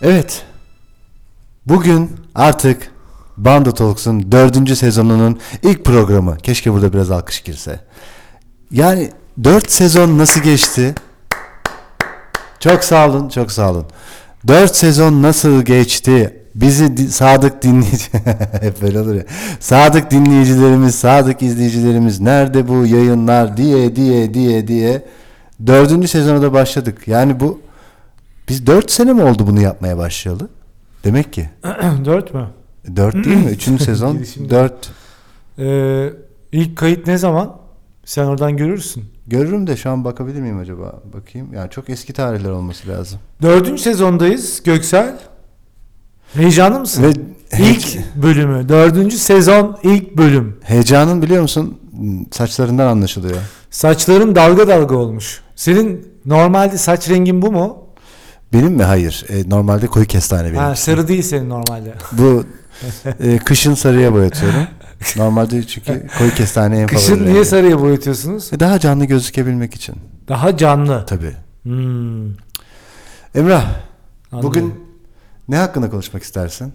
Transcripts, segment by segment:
Evet, bugün artık Bando Talks'un 4. sezonunun ilk programı. Keşke burada biraz alkış girse. Yani 4 sezon nasıl geçti? Çok sağ olun, çok sağ olun. 4 sezon nasıl geçti? Bizi sadık dinleyici hep böyle olur ya. Sadık dinleyicilerimiz, sadık izleyicilerimiz nerede bu yayınlar diye 4. sezona da başladık. Yani biz 4 sene mi oldu bunu yapmaya başlayalı? Demek ki. 4 mü? 4 değil mi? 3. sezon 4. İlk kayıt ne zaman? Sen oradan görürsün. Görürüm de şu an bakabilir miyim acaba? Bakayım. Yani çok eski tarihler olması lazım. 4. sezondayız Göksel. Heyecanlı mısın? Ve İlk bölümü. 4. sezon ilk bölüm. Heyecanın biliyor musun? Saçlarından anlaşılıyor. Saçların dalga dalga olmuş. Senin normalde saç rengin bu mu? Benim mi? Hayır. Normalde koyu kestane benim. Ha, sarı değil senin normalde. Bu kışın sarıya boyatıyorum. Normalde çünkü koyu kestane en favori Kışın rengi. niye sarıya boyatıyorsunuz? Daha canlı gözükebilmek için. Daha canlı. Tabii. Hmm. Emrah, Anladım. bugün ne hakkında konuşmak istersin?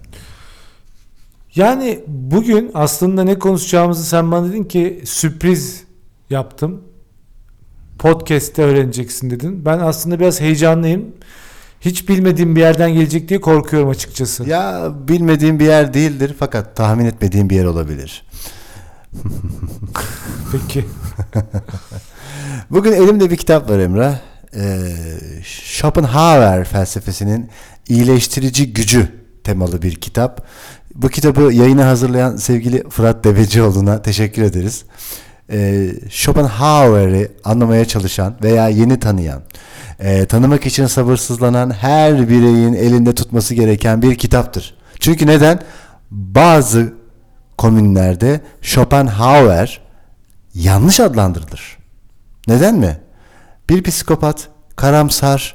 Yani bugün aslında ne konuşacağımızı sen bana dedin ki sürpriz yaptım. Podcast'te öğreneceksin dedin. Ben aslında biraz heyecanlıyım. Hiç bilmediğim bir yerden gelecek diye korkuyorum açıkçası. Ya bilmediğim bir yer değildir fakat tahmin etmediğim bir yer olabilir. Peki. Bugün elimde bir kitap var Emrah. Schopenhauer felsefesinin iyileştirici gücü temalı bir kitap. Bu kitabı yayına hazırlayan sevgili Fırat Devecioğlu'na teşekkür ederiz. Schopenhauer'i anlamaya çalışan veya yeni tanıyan, tanımak için sabırsızlanan her bireyin elinde tutması gereken bir kitaptır. Çünkü neden? Bazı komünlerde Schopenhauer yanlış adlandırılır. Neden mi? Bir psikopat, karamsar,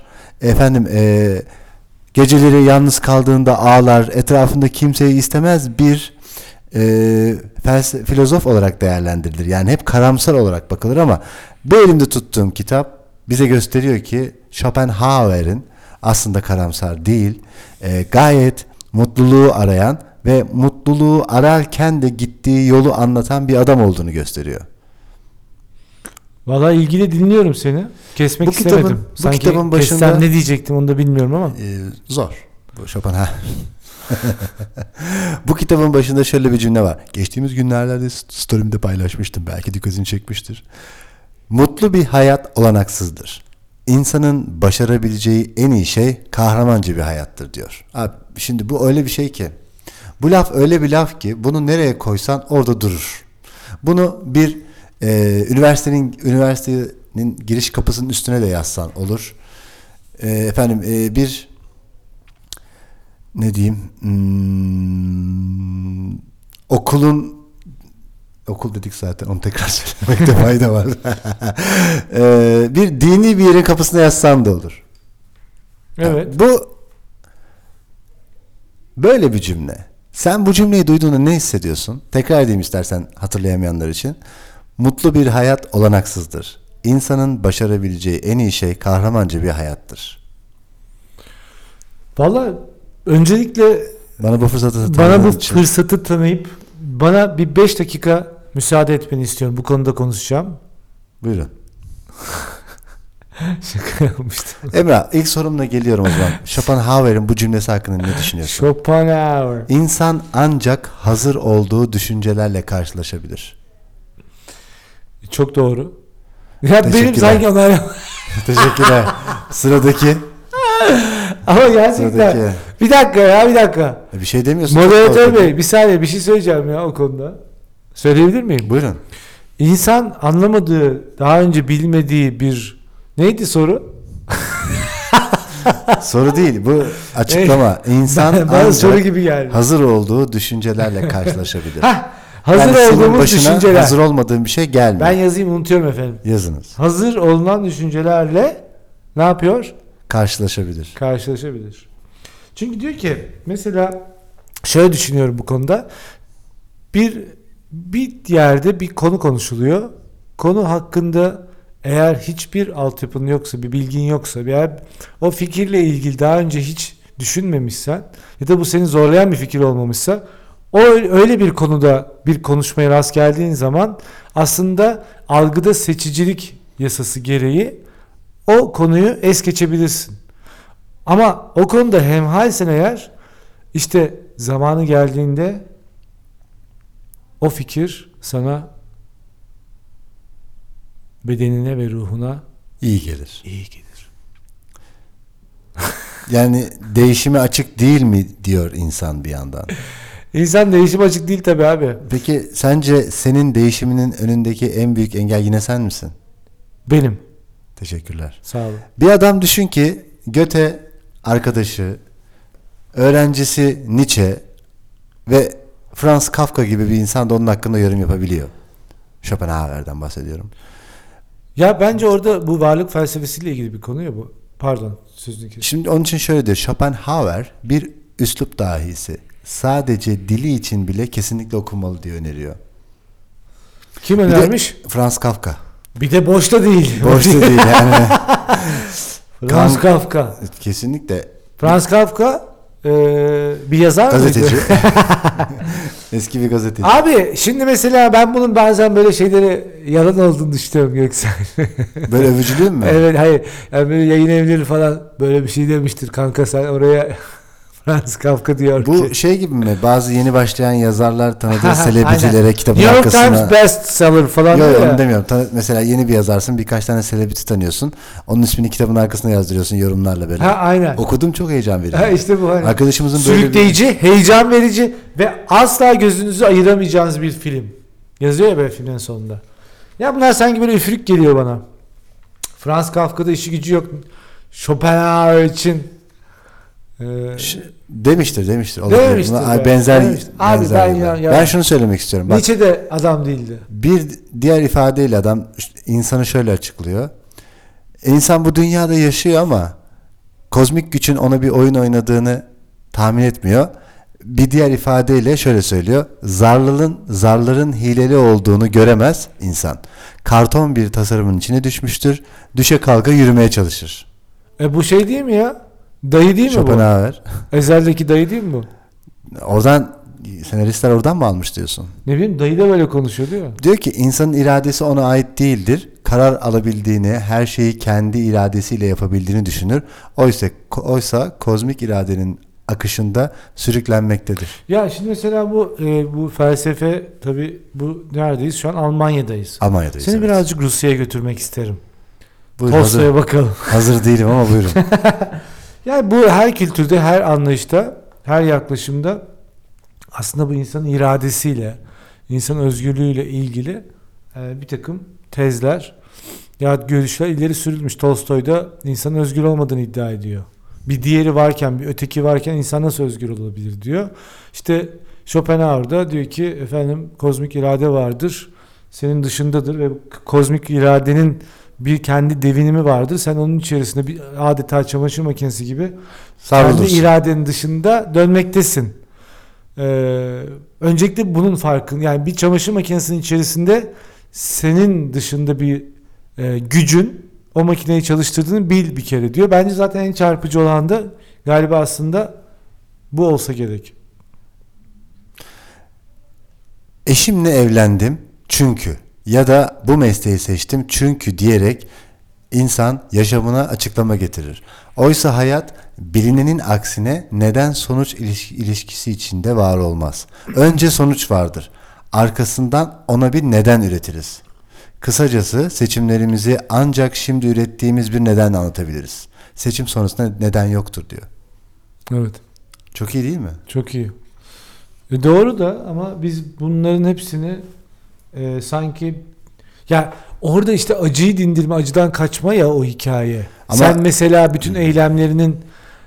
geceleri yalnız kaldığında ağlar, etrafında kimseyi istemez bir filozof olarak değerlendirilir. Yani hep karamsar olarak bakılır ama bu elimde tuttuğum kitap bize gösteriyor ki Schopenhauer'in aslında karamsar değil, gayet mutluluğu arayan ve mutluluğu ararken de gittiği yolu anlatan bir adam olduğunu gösteriyor. Vallahi ilgili dinliyorum seni. Kesmek istemedim. Bu kitabın başında kessem ne diyecektim onu da bilmiyorum ama. Zor. Bu Schopenhauer. Bu kitabın başında şöyle bir cümle var. Geçtiğimiz günlerde story'imde paylaşmıştım. Belki dikkatini çekmiştir. Mutlu bir hayat olanaksızdır. İnsanın başarabileceği en iyi şey kahramanca bir hayattır diyor. Abi şimdi bu öyle bir şey ki. Bu laf öyle bir laf ki bunu nereye koysan orada durur. Bunu bir üniversitenin giriş kapısının üstüne de yazsan olur. Bir ne diyeyim? Okul dedik zaten, onu tekrar söylemekte fayda var. Bir dini bir yerin kapısına yazsan da olur. Evet. Yani bu böyle bir cümle. Sen bu cümleyi duyduğunda ne hissediyorsun? Tekrar edeyim istersen hatırlayamayanlar için. Mutlu bir hayat olanaksızdır. İnsanın başarabileceği en iyi şey kahramanca bir hayattır. Vallahi öncelikle bana bu fırsatı tanıyıp bana bir 5 dakika müsaade etmeni istiyorum. Bu konuda konuşacağım. Buyurun. Şaka yapmıştım. Emrah, ilk sorumla geliyorum o zaman. Schopenhauer'in bu cümlesi hakkında ne düşünüyorsun? Schopenhauer. İnsan ancak hazır olduğu düşüncelerle karşılaşabilir. Çok doğru. Ya benim sanki onlar. Teşekkürler. Sıradaki. Ama gerçekten. Sıradaki. Bir dakika. Bir şey demiyorsun. Moderatör Bey bir saniye bir şey söyleyeceğim ya o konuda. Söyleyebilir miyim? Buyurun. İnsan anlamadığı, daha önce bilmediği bir neydi soru? Soru değil, bu açıklama. İnsan ancak soru gibi geldi. hazır olduğu düşüncelerle karşılaşabilir. Hazır olduğumuz düşünceler. Hazır olmadığın bir şey gelmiyor. Ben yazayım, unutuyorum efendim. Yazınız. Hazır olunan düşüncelerle ne yapıyor? Karşılaşabilir. Çünkü diyor ki mesela şöyle düşünüyorum bu konuda. Bir yerde bir konu konuşuluyor. Konu hakkında eğer hiçbir altyapın yoksa, bir bilgin yoksa veya o fikirle ilgili daha önce hiç düşünmemişsen ya da bu seni zorlayan bir fikir olmamışsa o öyle bir konuda bir konuşmaya rast geldiğin zaman aslında algıda seçicilik yasası gereği o konuyu es geçebilirsin. Ama o konuda hemhalsen eğer işte zamanı geldiğinde o fikir sana bedenine ve ruhuna İyi gelir. iyi gelir. Yani değişime açık değil mi diyor insan bir yandan. İnsan değişim açık değil tabii abi. Peki sence senin değişiminin önündeki en büyük engel yine sen misin? Benim. Teşekkürler. Sağ olun. Bir adam düşün ki Goethe arkadaşı, öğrencisi Nietzsche ve Franz Kafka gibi bir insan da onun hakkında yorum yapabiliyor. Schopenhauer'den bahsediyorum. Ya bence orada bu varlık felsefesiyle ilgili bir konu ya bu. Pardon sözünü kestim. Şimdi onun için şöyle diyor. Schopenhauer bir üslup dahisi. Sadece dili için bile kesinlikle okunmalı diye öneriyor. Kim Bir de önermiş? Franz Kafka. Bir de boşta değil. Boş da değil yani. Franz Kafka. Kesinlikle. Franz Kafka bir yazar Gazeteci. mıydı? Eski bir gazeteci. Abi şimdi mesela ben bunun bazen böyle şeyleri yalan olduğunu düşünüyorum Göksel. Böyle övücülüğün mü? Evet hayır. Yani böyle yayın evleri falan böyle bir şey demiştir kanka sen oraya Franz Kafka diyor Bu ki. şey gibi mi? Bazı yeni başlayan yazarlar tanıdığı Aynen. selebritülere kitabın New York arkasına... Times bestseller falan Yok diyor ya. onu demiyorum. Mesela yeni bir yazarsın. Birkaç tane selebriti tanıyorsun. Onun ismini kitabın arkasına yazdırıyorsun yorumlarla böyle. Ha aynen. Okudum çok heyecan verici. Ha işte bu hani. Arkadaşımızın böyle bir... Sürükleyici, heyecan verici ve asla gözünüzü ayıramayacağınız bir film. Yazıyor ya böyle filmin sonunda. Ya bunlar sanki böyle üfürük geliyor bana. Franz Kafka'da işi gücü yok. Schopenhauer için Demiştir. Olabilir. Demiştir Buna be. benzer, Demiştir. Abi benzer ben yollar. ya- Ben şunu söylemek istiyorum. Bak, Nietzsche de adam değildi. bir diğer ifadeyle adam insanı şöyle açıklıyor. İnsan bu dünyada yaşıyor ama kozmik gücün ona bir oyun oynadığını tahmin etmiyor. Bir diğer ifadeyle şöyle söylüyor. Zarların hileli olduğunu göremez insan. Karton bir tasarımın içine düşmüştür. Düşe kalka yürümeye çalışır. Bu şey değil mi ya? Dayı değil mi bu? Schopenhauer. Ezel'deki dayı değil mi bu? Oradan senaristler oradan mı almış diyorsun? Ne bileyim dayı da böyle konuşuyor değil mi? Diyor ki insanın iradesi ona ait değildir. Karar alabildiğini, her şeyi kendi iradesiyle yapabildiğini düşünür. Oysa kozmik iradenin akışında sürüklenmektedir. Ya şimdi mesela bu felsefe tabii bu neredeyiz? Şu an Almanya'dayız. Almanya'dayız. Seni evet. birazcık Rusya'ya götürmek isterim. Buyurun, Tolstoy'a bakalım. hazır değilim ama buyurun. Yani bu her kültürde, her anlayışta, her yaklaşımda aslında bu insanın iradesiyle, insan özgürlüğüyle ilgili bir takım tezler ya görüşler ileri sürülmüş. Tolstoy da insanın özgür olmadığını iddia ediyor. Bir diğeri varken, bir öteki varken insan nasıl özgür olabilir diyor. İşte Schopenhauer da diyor ki efendim kozmik irade vardır. Senin dışındadır ve kozmik iradenin bir kendi devinimi vardır. Sen onun içerisinde bir adeta çamaşır makinesi gibi kendi Savrulursun. iradenin dışında dönmektesin. Öncelikle bunun farkın yani bir çamaşır makinesinin içerisinde senin dışında bir gücün o makineyi çalıştırdığını bil bir kere diyor. Bence zaten en çarpıcı olan da galiba aslında bu olsa gerek. Eşimle evlendim çünkü ya da bu mesleği seçtim çünkü diyerek insan yaşamına açıklama getirir. Oysa hayat bilinenin aksine neden sonuç ilişkisi içinde var olmaz. Önce sonuç vardır. Arkasından ona bir neden üretiriz. Kısacası seçimlerimizi ancak şimdi ürettiğimiz bir nedenle anlatabiliriz. Seçim sonrasında neden yoktur diyor. Evet. Çok iyi değil mi? Çok iyi. Doğru da ama biz bunların hepsini sanki ya orada işte acıyı dindirme, acıdan kaçma ya o hikaye. Ama- Sen mesela bütün eylemlerinin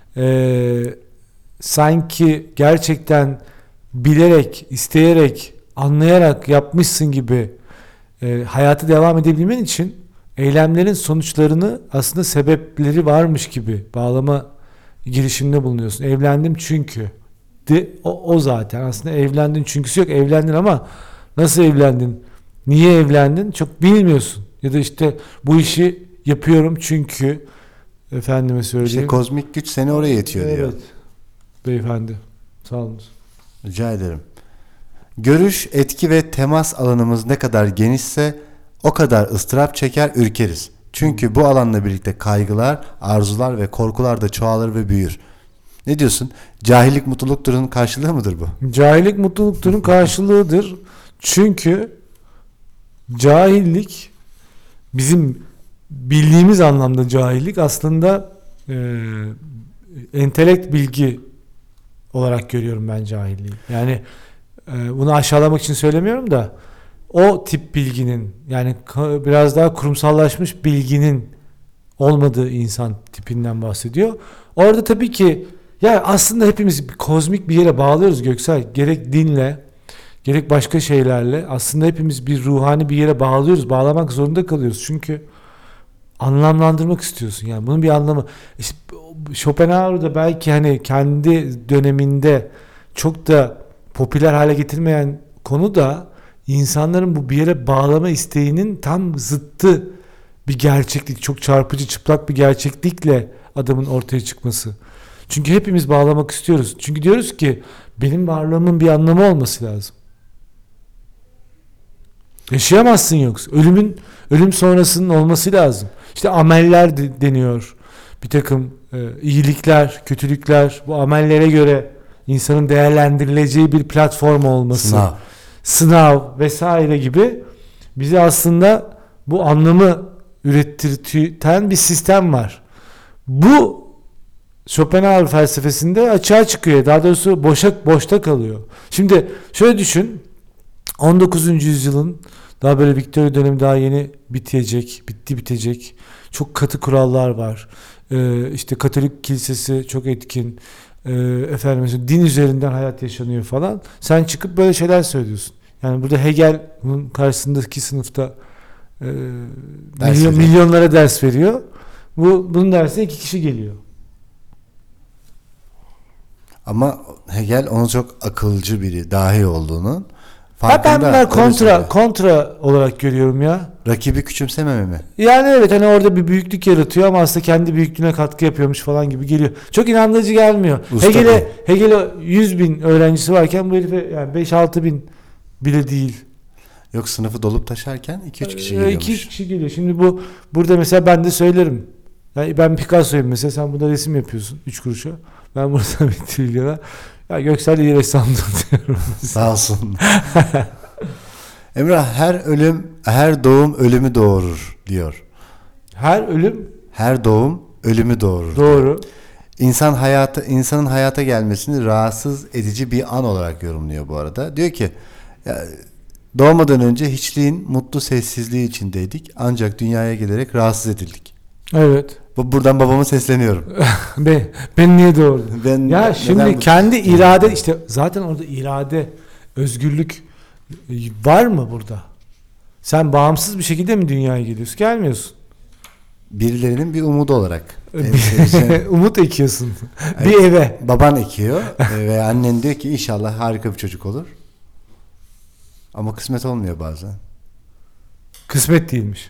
sanki gerçekten bilerek, isteyerek, anlayarak yapmışsın gibi hayatı devam edebilmen için eylemlerin sonuçlarını aslında sebepleri varmış gibi bağlama girişiminde bulunuyorsun. Evlendim çünkü. O zaten aslında evlendin çünküsü yok. Evlendin ama nasıl evlendin? Niye evlendin? Çok bilmiyorsun. Ya da işte bu işi yapıyorum çünkü efendime söyleyeyim. İşte kozmik güç seni oraya yetiyor diyor. Evet. beyefendi. Sağ olun. Rica ederim. Görüş, etki ve temas alanımız ne kadar genişse o kadar ıstırap çeker, ürkeriz. Çünkü bu alanla birlikte kaygılar, arzular ve korkular da çoğalır ve büyür. Ne diyorsun? Cahillik mutlulukturun karşılığı mıdır bu? Cahillik mutlulukturun karşılığıdır. Çünkü cahillik, bizim bildiğimiz anlamda cahillik aslında entelekt bilgi olarak görüyorum ben cahilliği. Yani bunu aşağılamak için söylemiyorum da o tip bilginin, yani biraz daha kurumsallaşmış bilginin olmadığı insan tipinden bahsediyor. Orada tabii ki ya aslında hepimiz kozmik bir yere bağlıyoruz Göksel. Gerek dinle, gerek başka şeylerle aslında hepimiz bir ruhani bir yere bağlıyoruz. Bağlamak zorunda kalıyoruz. Çünkü anlamlandırmak istiyorsun. Yani bunun bir anlamı. İşte Schopenhauer da belki hani kendi döneminde çok da popüler hale getirmeyen konu da insanların bu bir yere bağlama isteğinin tam zıttı bir gerçeklik. Çok çarpıcı, çıplak bir gerçeklikle adamın ortaya çıkması. Çünkü hepimiz bağlamak istiyoruz. Çünkü diyoruz ki benim varlığımın bir anlamı olması lazım. Yaşayamazsın yoksa. Ölüm sonrasının olması lazım. İşte ameller deniyor. Bir takım iyilikler, kötülükler, bu amellere göre insanın değerlendirileceği bir platform olması. Sınav vesaire gibi bize aslında bu anlamı ürettirten bir sistem var. Bu Schopenhauer felsefesinde açığa çıkıyor. Daha doğrusu boşta kalıyor. Şimdi şöyle düşün. 19. yüzyılın daha böyle Victoria dönemi daha yeni bitecek. Çok katı kurallar var. İşte Katolik kilisesi çok etkin. Efendim mesela din üzerinden hayat yaşanıyor falan. Sen çıkıp böyle şeyler söylüyorsun. Yani burada Hegel bunun karşısındaki sınıfta milyonlara ders veriyor. Bunun dersine 2 kişi geliyor. Ama Hegel onu çok akılcı biri, dahi olduğunu Ben bunlar kontra olarak görüyorum ya. Rakibi küçümsememe mi? Yani evet, hani orada bir büyüklük yaratıyor ama aslında kendi büyüklüğüne katkı yapıyormuş falan gibi geliyor. Çok inandırıcı gelmiyor. Hegel'e 100 bin öğrencisi varken bu herife yani 5-6 bin bile değil. Yok, sınıfı dolup taşarken 2-3 kişi geliyormuş. 2 kişi geliyor. Şimdi burada mesela ben de söylerim. Yani ben Picasso'yum mesela, sen burada resim yapıyorsun 3 kuruşa. Ben burada 1 trilyona. Ya Göksel iyi ressamdır diyorum. Sağ olsun. Emrah, her doğum ölümü doğurur diyor. Her doğum ölümü doğurur. Doğru. Diyor. İnsanın hayata gelmesini rahatsız edici bir an olarak yorumluyor bu arada. Diyor ki doğmadan önce hiçliğin mutlu sessizliği içindeydik. Ancak dünyaya gelerek rahatsız edildik. Evet. Buradan babama sesleniyorum. Ben niye doğurdun? Ya şimdi kendi irade, işte zaten orada irade, özgürlük var mı burada? Sen bağımsız bir şekilde mi dünyaya geliyorsun? Gelmiyorsun. Birilerinin bir umudu olarak. Umut ekiyorsun. Bir eve. Baban ekiyor ve annen diyor ki inşallah harika bir çocuk olur. Ama kısmet olmuyor bazen. Kısmet değilmiş.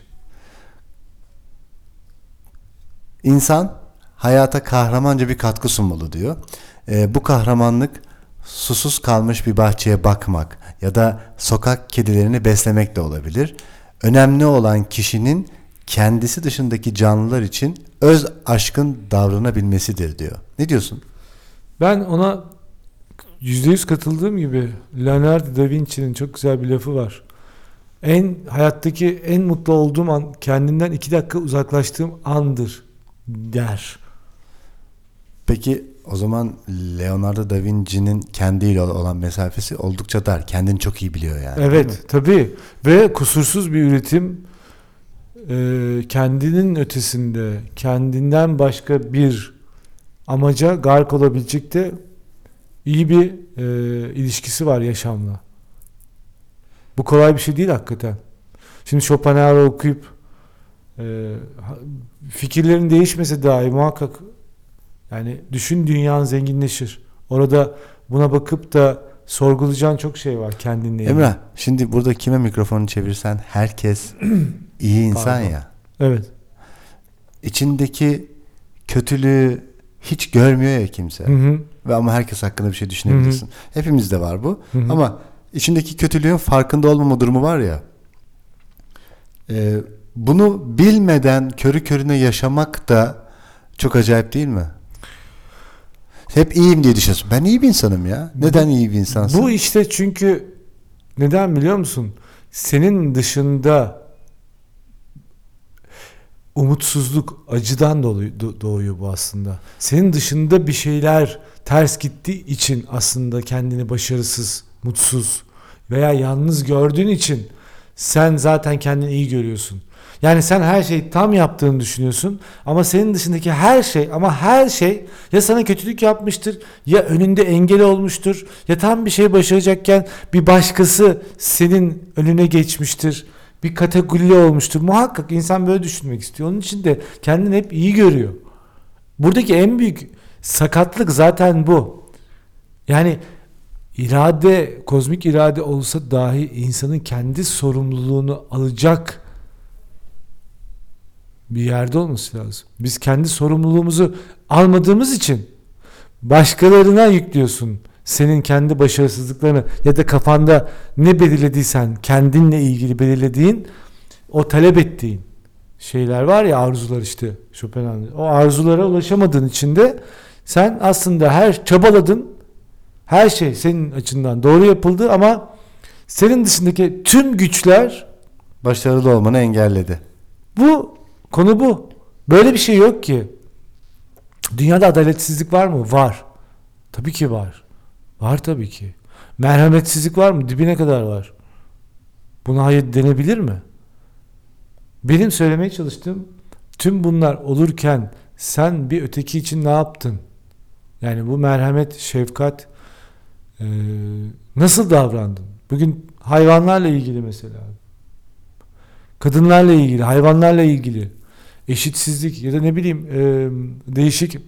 İnsan hayata kahramanca bir katkı sunmalı diyor. Bu kahramanlık susuz kalmış bir bahçeye bakmak ya da sokak kedilerini beslemek de olabilir. Önemli olan kişinin kendisi dışındaki canlılar için öz aşkın davranabilmesidir diyor. Ne diyorsun? Ben ona %100 katıldığım gibi, Leonardo da Vinci'nin çok güzel bir lafı var. Hayattaki en mutlu olduğum an kendimden 2 dakika uzaklaştığım andır der. Peki o zaman Leonardo da Vinci'nin kendiyle olan mesafesi oldukça dar. Kendini çok iyi biliyor yani. Evet, tabii. Ve kusursuz bir üretim, kendinin ötesinde, kendinden başka bir amaca gark olabilecek de iyi bir ilişkisi var yaşamla. Bu kolay bir şey değil hakikaten. Şimdi Schopenhauer'ı okuyup fikirlerin değişmese dahi muhakkak, yani düşün, dünyanın zenginleşir. Orada buna bakıp da sorgulayacağın çok şey var kendinle ilgili. Emrah, şimdi burada kime mikrofonu çevirsen herkes iyi insan ya. Evet. İçindeki kötülüğü hiç görmüyor ya kimse. Hı hı. Ve ama herkes hakkında bir şey düşünebilirsin. Hepimizde var bu. Hı hı. Ama içindeki kötülüğün farkında olmama durumu var ya. Bunu bilmeden körü körüne yaşamak da çok acayip değil mi? Hep iyiyim diye düşünüyorsun. Ben iyi bir insanım ya. Neden iyi bir insansın? Bu işte çünkü neden biliyor musun? Senin dışında umutsuzluk, acıdan doğuyor bu aslında. Senin dışında bir şeyler ters gittiği için aslında kendini başarısız, mutsuz veya yalnız gördüğün için sen zaten kendini iyi görüyorsun. Yani sen her şeyi tam yaptığını düşünüyorsun ama senin dışındaki her şey ya sana kötülük yapmıştır ya önünde engel olmuştur ya tam bir şey başaracakken bir başkası senin önüne geçmiştir. Bir kategori olmuştur. Muhakkak insan böyle düşünmek istiyor. Onun için de kendini hep iyi görüyor. Buradaki en büyük sakatlık zaten bu. Yani irade, kozmik irade olsa dahi insanın kendi sorumluluğunu alacak bir yerde olması lazım. Biz kendi sorumluluğumuzu almadığımız için başkalarına yüklüyorsun senin kendi başarısızlıklarını ya da kafanda ne belirlediysen kendinle ilgili belirlediğin o talep ettiğin şeyler var ya, arzular işte Schopenhauer. O arzulara ulaşamadığın için de sen aslında çabaladın, her şey senin açından doğru yapıldı ama senin dışındaki tüm güçler Başarılı olmanı engelledi. konu bu. Böyle bir şey yok ki. Dünyada adaletsizlik var mı? Var. Tabii ki var. Var tabii ki. Merhametsizlik var mı? Dibine kadar var. Buna hayır denebilir mi? Benim söylemeye çalıştığım tüm bunlar olurken sen bir öteki için ne yaptın? Yani bu merhamet, şefkat nasıl davrandın? Bugün hayvanlarla ilgili mesela. Kadınlarla ilgili, hayvanlarla ilgili eşitsizlik ya da ne bileyim değişik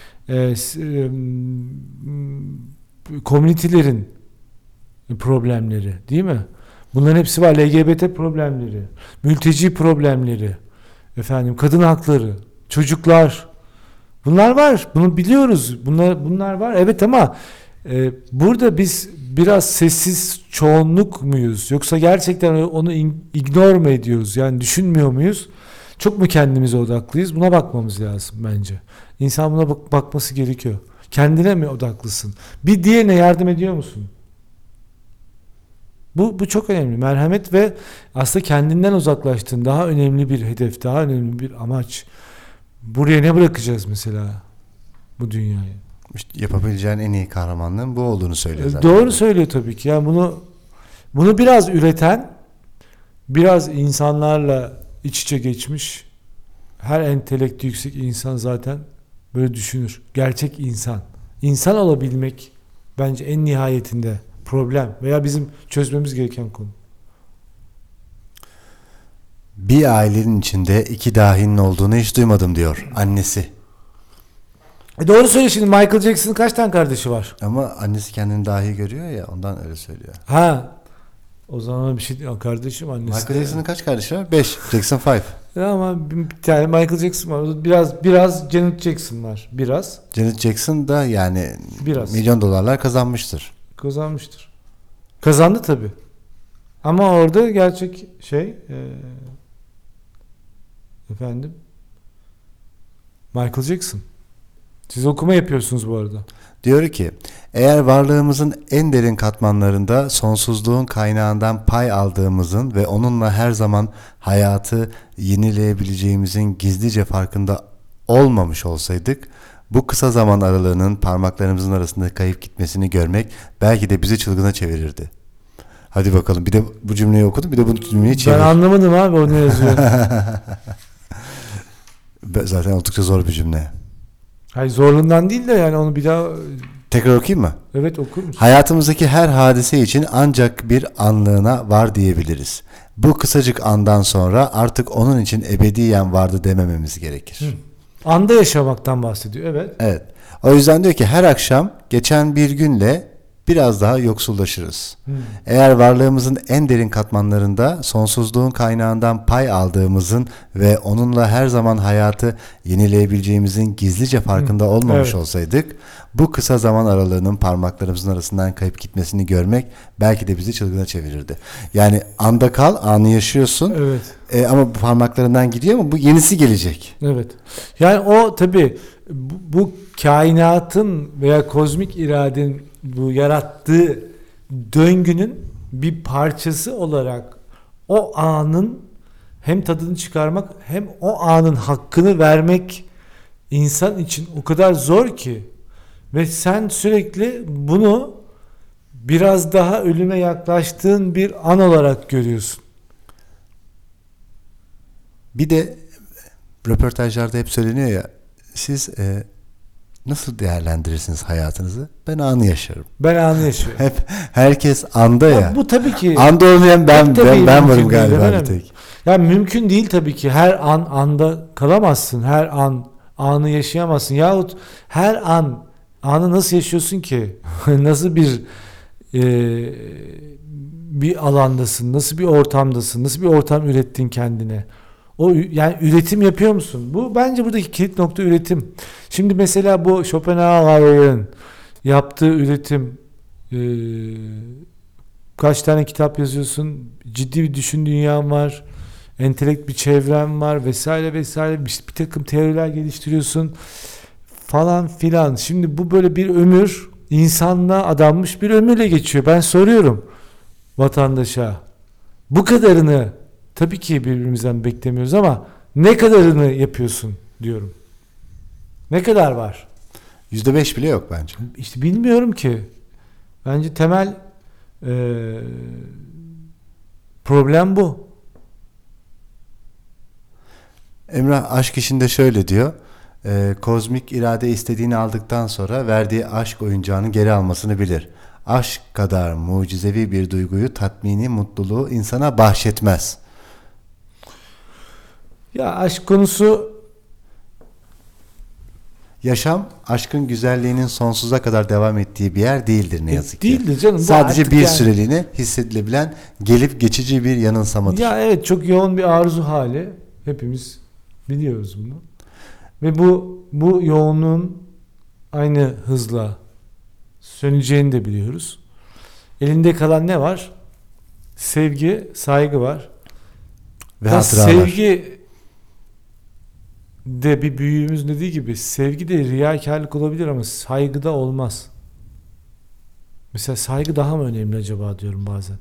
komünitelerin problemleri değil mi? Bunların hepsi var. LGBT problemleri, mülteci problemleri, kadın hakları, çocuklar. Bunlar var. Bunu biliyoruz. Bunlar var. Evet ama burada biz biraz sessiz çoğunluk muyuz? Yoksa gerçekten onu ignore mu ediyoruz? Yani düşünmüyor muyuz? Çok mu kendimize odaklıyız? Buna bakmamız lazım bence. İnsan buna bakması gerekiyor. Kendine mi odaklısın? Bir diğerine yardım ediyor musun? Bu çok önemli. Merhamet ve aslında kendinden uzaklaştığın daha önemli bir hedef, daha önemli bir amaç. Buraya ne bırakacağız mesela bu dünyayı? İşte yapabileceğin en iyi kahramanlığın bu olduğunu söylüyor zaten. Doğru söylüyor tabii ki. Yani bunu biraz üreten, biraz insanlarla iç içe geçmiş, her entelektü yüksek insan zaten böyle düşünür. Gerçek insan. İnsan olabilmek bence en nihayetinde problem veya bizim çözmemiz gereken konu. Bir ailenin içinde iki dahinin olduğunu hiç duymadım diyor annesi. Doğru söylüyor, şimdi Michael Jackson'ın kaç tane kardeşi var? Ama annesi kendini dahi görüyor ya, ondan öyle söylüyor. O zaman bir şey değil. Kardeşim, annesi. Michael Jackson'ın kaç kardeşi var? 5. Jackson 5. Ama bir tane Michael Jackson var. Biraz Janet Jackson var. Biraz. Janet Jackson da yani Biraz. milyon dolarlar kazanmıştır. Kazanmıştır. Kazandı tabii. Ama orada gerçek Michael Jackson. Siz okuma yapıyorsunuz bu arada. Diyor ki, eğer varlığımızın en derin katmanlarında sonsuzluğun kaynağından pay aldığımızın ve onunla her zaman hayatı yenileyebileceğimizin gizlice farkında olmamış olsaydık, bu kısa zaman aralığının parmaklarımızın arasında kayıp gitmesini görmek belki de bizi çılgına çevirirdi. Hadi bakalım, bir de bu cümleyi okudum, bir de bu cümleyi çevir. Ben anlamadım abi, o ne yazıyor. Zaten oldukça zor bir cümle. Hayır, zorluğundan değil de yani onu bir daha... Tekrar okuyayım mı? Evet, okur musun? Hayatımızdaki her hadise için ancak bir anlığına var diyebiliriz. Bu kısacık andan sonra artık onun için ebediyen vardı demememiz gerekir. Anda yaşamaktan bahsediyor, evet. Evet. O yüzden diyor ki her akşam geçen bir günle biraz daha yoksullaşırız. Eğer varlığımızın en derin katmanlarında sonsuzluğun kaynağından pay aldığımızın ve onunla her zaman hayatı yenileyebileceğimizin gizlice farkında olmamış Evet. olsaydık, bu kısa zaman aralığının parmaklarımızın arasından kayıp gitmesini görmek belki de bizi çılgına çevirirdi. Yani anda kal, anı yaşıyorsun. Evet. Ama bu parmaklarından gidiyor ama bu yenisi gelecek. Evet. Yani o tabii bu kainatın veya kozmik iradenin bu yarattığı döngünün bir parçası olarak o anın hem tadını çıkarmak hem o anın hakkını vermek insan için o kadar zor ki ve sen sürekli bunu biraz daha ölüme yaklaştığın bir an olarak görüyorsun. Bir de röportajlarda hep söyleniyor ya, siz nasıl değerlendirirsiniz hayatınızı? Ben anı yaşarım. Ben anı yaşıyorum. Hep herkes anda ya. Bu tabii ki Anda olmayan ben tabii ben mümkün varım değil, galiba öyle bir mi? tek. Ya mümkün değil tabii ki. Her an anda kalamazsın. Her an anı yaşayamazsın. Yahut her an anı nasıl yaşıyorsun ki? Nasıl e, bir alandasın? Nasıl bir ortamdasın? Nasıl bir ortam ürettin kendine? Yani üretim yapıyor musun? Bu bence buradaki kilit nokta üretim. Şimdi mesela bu Schopenhauer'ın yaptığı üretim, kaç tane kitap yazıyorsun? Ciddi bir düşün dünyan var. Entelekt bir çevren var vesaire vesaire. Bir takım teoriler geliştiriyorsun falan filan. Şimdi bu böyle bir ömür, insanlığa adanmış bir ömürle geçiyor. Ben soruyorum vatandaşa. Bu kadarını tabii ki birbirimizden beklemiyoruz ama ne kadarını yapıyorsun diyorum. Ne kadar var? %5 bile yok bence. İşte bilmiyorum ki. Bence temel problem bu. Emrah aşk işinde şöyle diyor. Kozmik irade istediğini aldıktan sonra verdiği aşk oyuncağını geri almasını bilir. Aşk kadar mucizevi bir duyguyu, tatmini, mutluluğu insana bahşetmez. Ya aşk konusu Yaşam aşkın güzelliğinin sonsuza kadar devam ettiği bir yer değildir ne yazık ki. değildir canım. Bu Sadece artık bir yani- süreliğine hissedilebilen gelip geçici bir yanılsamadır. Ya evet, çok yoğun bir arzu hali. Hepimiz biliyoruz bunu. Ve bu yoğunluğun aynı hızla söneceğini de biliyoruz. Elinde kalan ne var? Sevgi, saygı var. Ve Ya hatıralar. sevgi de bir büyüğümüz dediği gibi sevgi de riyakarlık olabilir ama saygı da olmaz. Mesela saygı daha mı önemli acaba diyorum bazen.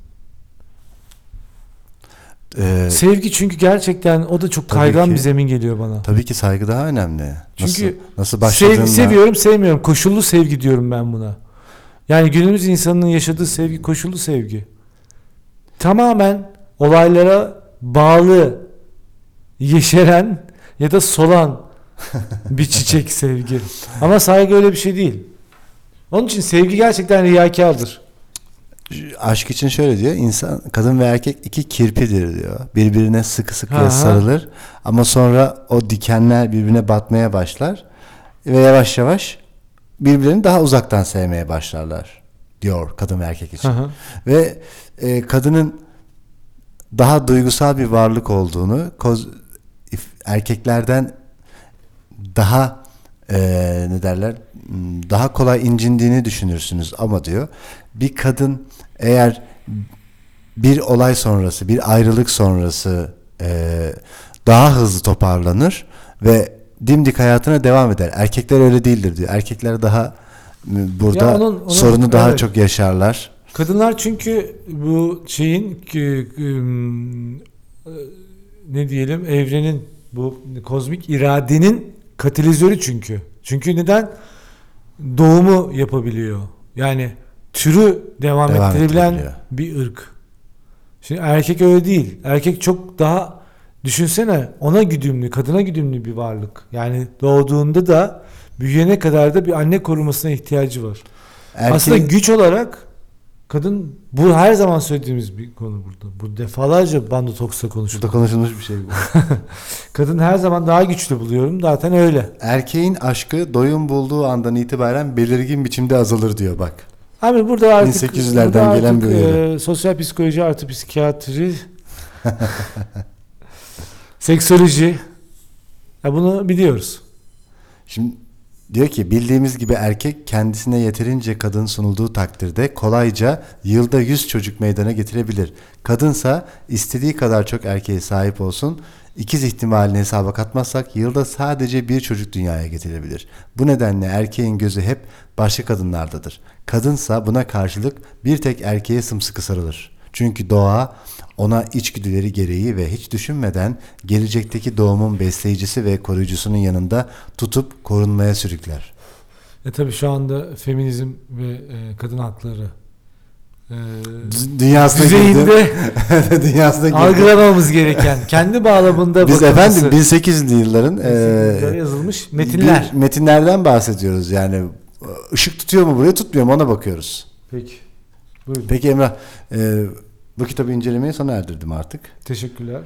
Sevgi çünkü gerçekten o da çok Tabii kaygan ki. bir zemin geliyor bana. Tabii ki saygı daha önemli. Çünkü nasıl başladığında... seviyorum sevmiyorum, koşullu sevgi diyorum ben buna. Yani günümüz insanının yaşadığı sevgi koşullu sevgi. Tamamen olaylara bağlı yeşeren ya da solan bir çiçek sevgi. Ama saygı öyle bir şey değil. Onun için sevgi gerçekten riyakardır. Aşk için şöyle diyor. İnsan, kadın ve erkek iki kirpidir diyor. Birbirine sıkı sıkı Aha. sarılır. Ama sonra o dikenler birbirine batmaya başlar. Ve yavaş yavaş birbirlerini daha uzaktan sevmeye başlarlar diyor kadın ve erkek için. Aha. Ve kadının daha duygusal bir varlık olduğunu, erkeklerden daha ne derler, daha kolay incindiğini düşünürsünüz ama diyor bir kadın eğer bir olay sonrası, bir ayrılık sonrası daha hızlı toparlanır ve dimdik hayatına devam eder. Erkekler öyle değildir diyor. Erkekler daha burada Ya onun sorunu daha evet. çok yaşarlar. Kadınlar çünkü bu şeyin ne diyelim, evrenin, bu kozmik iradenin katalizörü çünkü. Çünkü neden? Doğumu yapabiliyor. Yani türü devam ettirebilen ettirebiliyor. bir ırk. Şimdi erkek öyle değil. Erkek çok daha, düşünsene, ona güdümlü, kadına güdümlü bir varlık. Yani doğduğunda da büyüyene kadar da bir anne korumasına ihtiyacı var. Aslında güç olarak kadın, bu her zaman söylediğimiz bir konu burada. Bu defalarca Bando Talks'ta konuşuldu. Burada konuşulmuş bir şey bu. Kadın her zaman daha güçlü buluyorum. Zaten öyle. Erkeğin aşkı doyum bulduğu andan itibaren belirgin biçimde azalır diyor bak. Abi burada artık 1800'lerden burada gelen bir uyarı. sosyal psikoloji artı psikiyatri, seksoloji. Ya bunu biliyoruz. Şimdi diyor ki bildiğimiz gibi erkek kendisine yeterince kadın sunulduğu takdirde kolayca yılda 100 çocuk meydana getirebilir. Kadınsa istediği kadar çok erkeğe sahip olsun. İkiz ihtimalini hesaba katmazsak yılda sadece bir çocuk dünyaya getirebilir. Bu nedenle erkeğin gözü hep başka kadınlardadır. Kadınsa buna karşılık bir tek erkeğe sımsıkı sarılır. Çünkü doğa ona içgüdüleri gereği ve hiç düşünmeden gelecekteki doğumun besleyicisi ve koruyucusunun yanında tutup korunmaya sürükler. Tabii şu anda feminizm ve kadın hakları Dünyasına düzeyinde dünyasına girdi. algılamamız gereken, kendi bağlamında Biz bakılması, efendim 1800'lü yılların yazılmış metinler. metinlerden bahsediyoruz. Yani ışık tutuyor mu buraya, tutmuyor mu, ona bakıyoruz. Peki. Buyurun. Peki Emrah, bu kitabı incelemeyi sona erdirdim artık. Teşekkürler.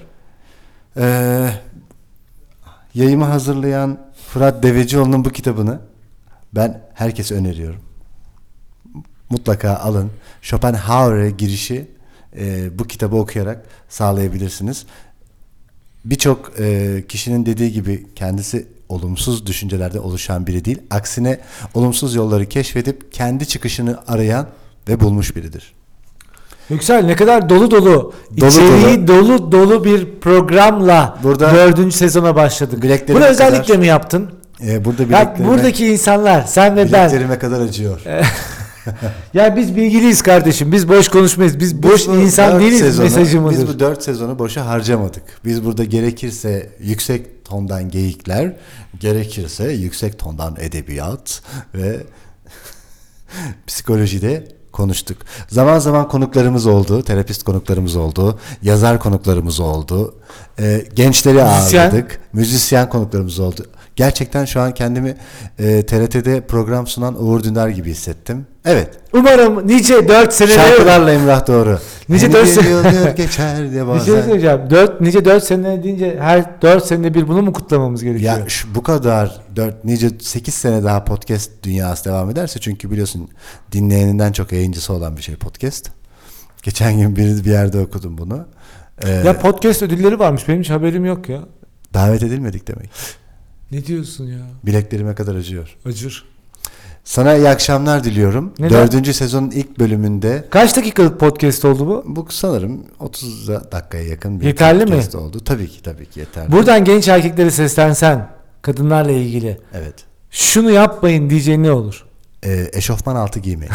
Yayımı hazırlayan Fırat Devecioğlu'nun bu kitabını ben herkese öneriyorum. Mutlaka alın. Schopenhauer'e girişi bu kitabı okuyarak sağlayabilirsiniz. Birçok kişinin dediği gibi kendisi olumsuz düşüncelerde oluşan biri değil. Aksine olumsuz yolları keşfedip kendi çıkışını arayan ve bulmuş biridir. Yüksel, ne kadar dolu içeriği dolu bir programla Burada 4. sezona başladık. bileklerime Bunu özellikle kadar- mi yaptın? Burada Ya buradaki insanlar, sen ve ben. bileklerime kadar acıyor. Ya biz bilgiliyiz kardeşim. Biz boş konuşmayız. Biz boş bu insan 4 değiliz sezonu, mesajımızdır. Biz bu 4 sezonu boşa harcamadık. Biz burada gerekirse yüksek tondan geyikler, gerekirse yüksek tondan edebiyat ve psikolojide konuştuk. Zaman zaman konuklarımız oldu, terapist konuklarımız oldu, yazar konuklarımız oldu, gençleri ağırladık, müzisyen konuklarımız oldu. Gerçekten şu an kendimi TRT'de program sunan Uğur Dündar gibi hissettim. Evet. Umarım nice 4 seneler... Şarkılarla Emrah doğru. Nice Hani 4 bir sene... yıl geçer diye Bir şey bazen. söyleyeceğim. Nice 4 sene deyince her 4 senede bir bunu mu kutlamamız gerekiyor? Ya bu kadar nice 8 sene daha podcast dünyası devam ederse, çünkü biliyorsun dinleyeninden çok yayıncısı olan bir şey podcast. Geçen gün bir yerde okudum bunu. Ya podcast ödülleri varmış. Benim hiç haberim yok ya. Davet edilmedik demek. Ne diyorsun ya? Bileklerime kadar acıyor. Acır. Sana iyi akşamlar diliyorum. Neden? 4. sezonun ilk bölümünde. Kaç dakikalık podcast oldu bu? Bu sanırım 30 dakikaya yakın bir Yeterli mi? podcast oldu. Tabii ki yeterli. Buradan genç erkeklere seslensen, kadınlarla ilgili. Evet. Şunu yapmayın diyeceğin ne olur? Eşofman altı giymeyin.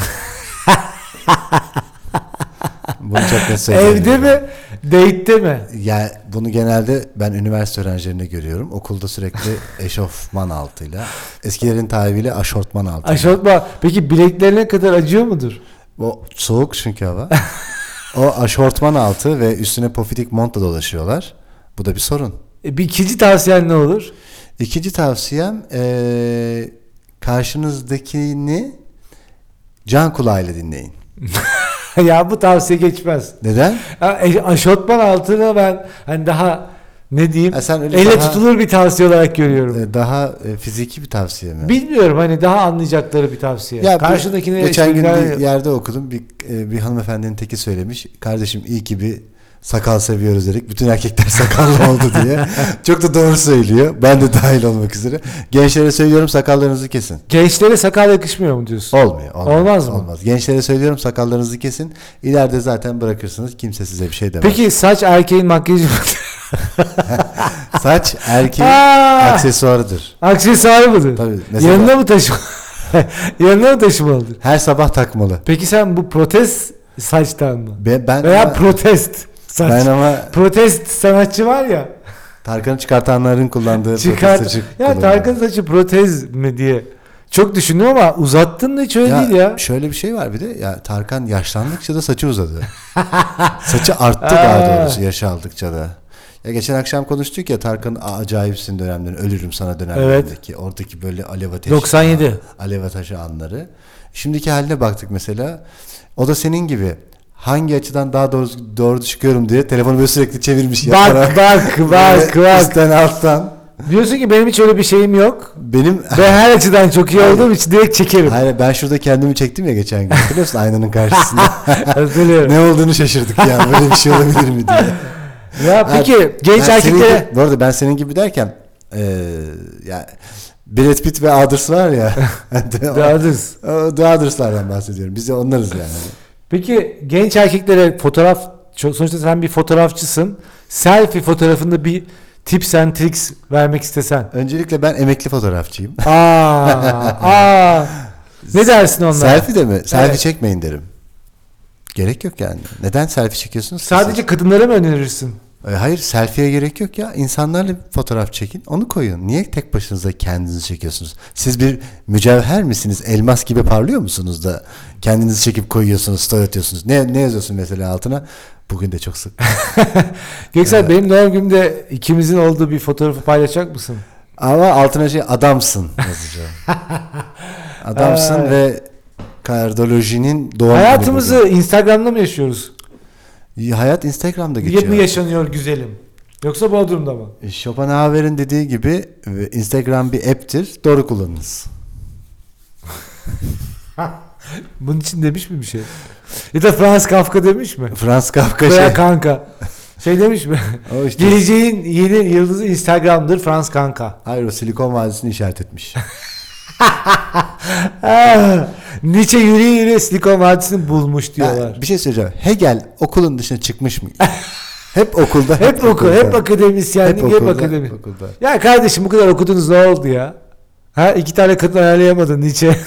Bunu çok net söyleyeyim. Evde mi? Date'te mi? Ya bunu genelde ben üniversite öğrencilerinde görüyorum. Okulda sürekli eşofman altıyla. Eskilerin tabiriyle aşortman altıyla. Aşortman. Peki bileklerine kadar acıyor mudur? O soğuk çünkü hava. O aşortman altı ve üstüne pofidik montla dolaşıyorlar. Bu da bir sorun. Bir ikinci tavsiyen ne olur? İkinci tavsiyem karşınızdakini can kulağıyla dinleyin. Ya bu tavsiye geçmez. Neden? Aşortman altına ben hani daha ne diyeyim, Sen öyle elle daha- tutulur bir tavsiye olarak görüyorum. Daha fiziki bir tavsiye mi? Bilmiyorum, hani daha anlayacakları bir tavsiye. Ya Karşıdakine geçen gün espriler- bir yerde okudum. Bir hanımefendinin teki söylemiş. Kardeşim iyi ki bir sakal seviyoruz dedik. Bütün erkekler sakallı oldu diye. Çok da doğru söylüyor. Ben de dahil olmak üzere. Gençlere söylüyorum, sakallarınızı kesin. Gençlere sakal yakışmıyor mu diyorsun? Olmuyor. Olmaz mı? Olmaz. Gençlere söylüyorum, sakallarınızı kesin. İleride zaten bırakırsınız. Kimse size bir şey demez. Peki saç erkeğin makyajı Saç erkeğin Aa! aksesuarıdır. aksesuarı mıdır? Tabii, mesela- Yanına mı taşıma? Yanına mı taşımalıdır? Her sabah takmalı. Peki sen bu protez saçtan mı? Ben Veya ama, protest saç. ben ama Protest sanatçı var ya. Tarkan'ı çıkartanların kullandığı Çıkart. protez saçı Ya kullanıyorum. Tarkan saçı protez mi diye. Çok düşündüm ama uzattın da hiç öyle değil ya. Şöyle bir şey var bir de, ya Tarkan yaşlandıkça da saçı uzadı. Saçı arttı daha doğrusu yaş aldıkça da. Ya geçen akşam konuştuk ya, Tarkan'ın acayipsin dönemlerini, ölürüm sana dönemlerindeki oradaki böyle alev ateşi. 97. Alev ateşi anları. Şimdiki haline baktık mesela. O da senin gibi hangi açıdan daha doğru çıkıyorum diye telefonu böyle sürekli çevirmiş. Bak. Böyle üstten alttan. Diyorsun ki benim hiç öyle bir şeyim yok. Benim Ben her açıdan çok iyi olduğum için direkt çekerim. hayır, ben şurada kendimi çektim ya geçen gün. Biliyor musun aynanın karşısında? Hatırlıyorum. Ne olduğunu şaşırdık ya. Böyle bir şey olabilir mi diye. Ya peki genç Ben erkeklere... senin, bu arada ben senin gibi derken ya Brad Pitt ve Others var ya. The Others. The Others'lardan bahsediyorum. Biz de onlarız yani. Peki genç erkeklere sonuçta sen bir fotoğrafçısın. Selfie fotoğrafında bir tips and tricks vermek istesen. Öncelikle ben emekli fotoğrafçıyım. Ne dersin onlara? Selfie de mi? Selfie Evet. çekmeyin derim. Gerek yok yani. Neden selfie çekiyorsunuz? ki Sadece kadınlara mı önerirsin? Hayır, selfie'ye gerek yok ya. İnsanlarla bir fotoğraf çekin, onu koyun. Niye tek başınıza kendinizi çekiyorsunuz? Siz bir mücevher misiniz? Elmas gibi parlıyor musunuz da kendinizi çekip koyuyorsunuz, story atıyorsunuz? Ne yazıyorsun mesela altına? Bugün de çok sık. Göksel benim doğum günümde ikimizin olduğu bir fotoğrafı paylaşacak mısın? Ama altına adamsın yazacağım. Adamsın ve kardiyolojinin doğum günü Hayatımızı Instagram'da mı yaşıyoruz? bugün. Hayat Instagram'da Niye geçiyor. mi yaşanıyor güzelim? Yoksa Bodrum'da mı? Schopenhauer'in dediği gibi Instagram bir app'tir. Doğru kullanınız. Bunun için demiş mi bir şey? Ya da Franz Kafka demiş mi? Franz Kafka Veya kanka. Şey demiş mi? O işte. Geleceğin yeni yıldızı Instagram'dır Franz Kanka. Hayır, o Silikon Vadisi'ni işaret etmiş. Nietzsche yürüye yürüye Silikon Vadisi'ni bulmuş diyorlar. Bir şey söyleyeceğim. Hegel okulun dışına çıkmış mı? Hep okulda. Hep oku, hep akademisyenlik, hep akademi. Okulda. Ya kardeşim bu kadar okudunuz ne oldu ya? Ha 2 tane kadın ayarlayamadın Nietzsche.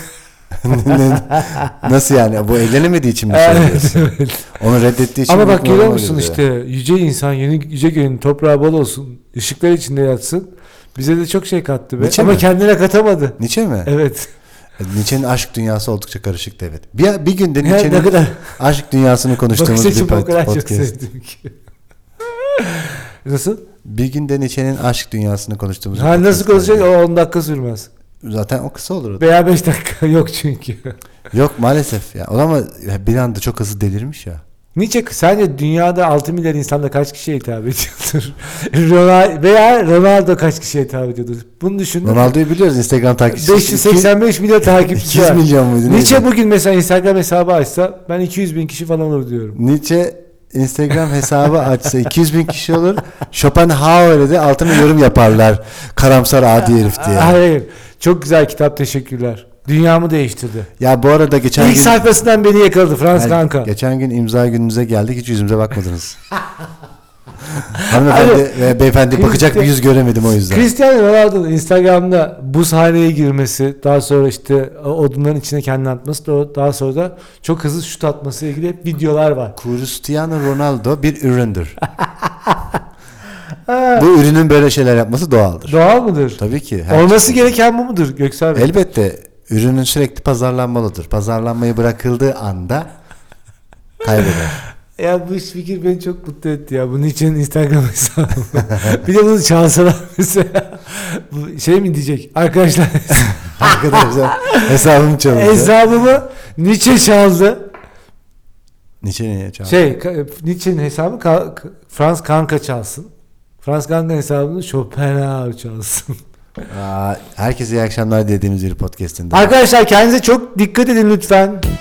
Nasıl yani? Bu evlenemediği için mi söylüyorsun? Onu reddettiği için Ama mi bak görüyor normal musun görüyor? işte yüce insan yüce gönlün toprağı bol olsun. Işıklar içinde yatsın. Bize de çok şey kattı be. Nietzsche Ama mi? kendine katamadı. Nietzsche mi? Evet. Nietzsche'nin aşk dünyası oldukça karışıktı, evet. Bir günde Ne Nietzsche'nin kadar aşk dünyasını konuştuğumuz bakış bir açımı o kadar çok podcast. sevdim ki. Nasıl? Bir günde Nietzsche'nin aşk dünyasını konuştuğumuz bir Ha nasıl podcast. konuşacak? O 10 dakika sürmez. Zaten o kısa olur. Veya 5 dakika yok çünkü. Yok maalesef ya. O ama bir anda çok hızlı delirmiş ya. Nietzsche sence dünyada 6 milyar insanda kaç kişiye hitap ediyordur? Veya Ronaldo kaç kişiye hitap ediyordur? Bunu düşün. Ronaldo'yu biliyoruz, Instagram takipçisi. 585 milyon takipçisi 200 var. milyon muydu? Nietzsche neydi? bugün mesela Instagram hesabı açsa ben 200 bin kişi falan olur diyorum. Nietzsche Instagram hesabı açsa 200 bin kişi olur. Schopenhauer'e de altına yorum yaparlar. Karamsar adi herif diye. Hayır. Çok güzel kitap, teşekkürler. Dünyamı değiştirdi. Ya bu arada geçen İlk gün... sayfasından beni yakaladı Franz Yani Kanka. geçen gün imza gününüze geldik, hiç yüzümüze bakmadınız. Hanımefendi ve beyefendi bakacak bir yüz göremedim o yüzden. Cristiano Ronaldo'nun Instagram'da buzhaneye girmesi, daha sonra işte odunların içine kendini atması, daha sonra da çok hızlı şut atması ile ilgili hep videolar var. Cristiano Ronaldo bir üründür. Bu ürünün böyle şeyler yapması doğaldır. Doğal mıdır? Tabii ki. Olması gereken bu mudur Göksel Bey? Elbette ürünün sürekli pazarlanmalıdır. Pazarlanmayı bırakıldığı anda kaybeder. Ya bu fikir beni çok mutlu etti ya. Bunun için Instagram hesabı. Bir de bunu çalsalar mesela. Bu şey mi diyecek? Arkadaşlar Arkadaşlar hesabım çalındı. hesabımı Nietzsche çaldı. Nietzsche niye çaldı? Nietzsche'nin hesabı Franz Kanka çalsın. Franz Kanka hesabını Schopenhauer çalsın. Herkese iyi akşamlar dediğimiz bir podcast'inde. Arkadaşlar kendinize çok dikkat edin lütfen.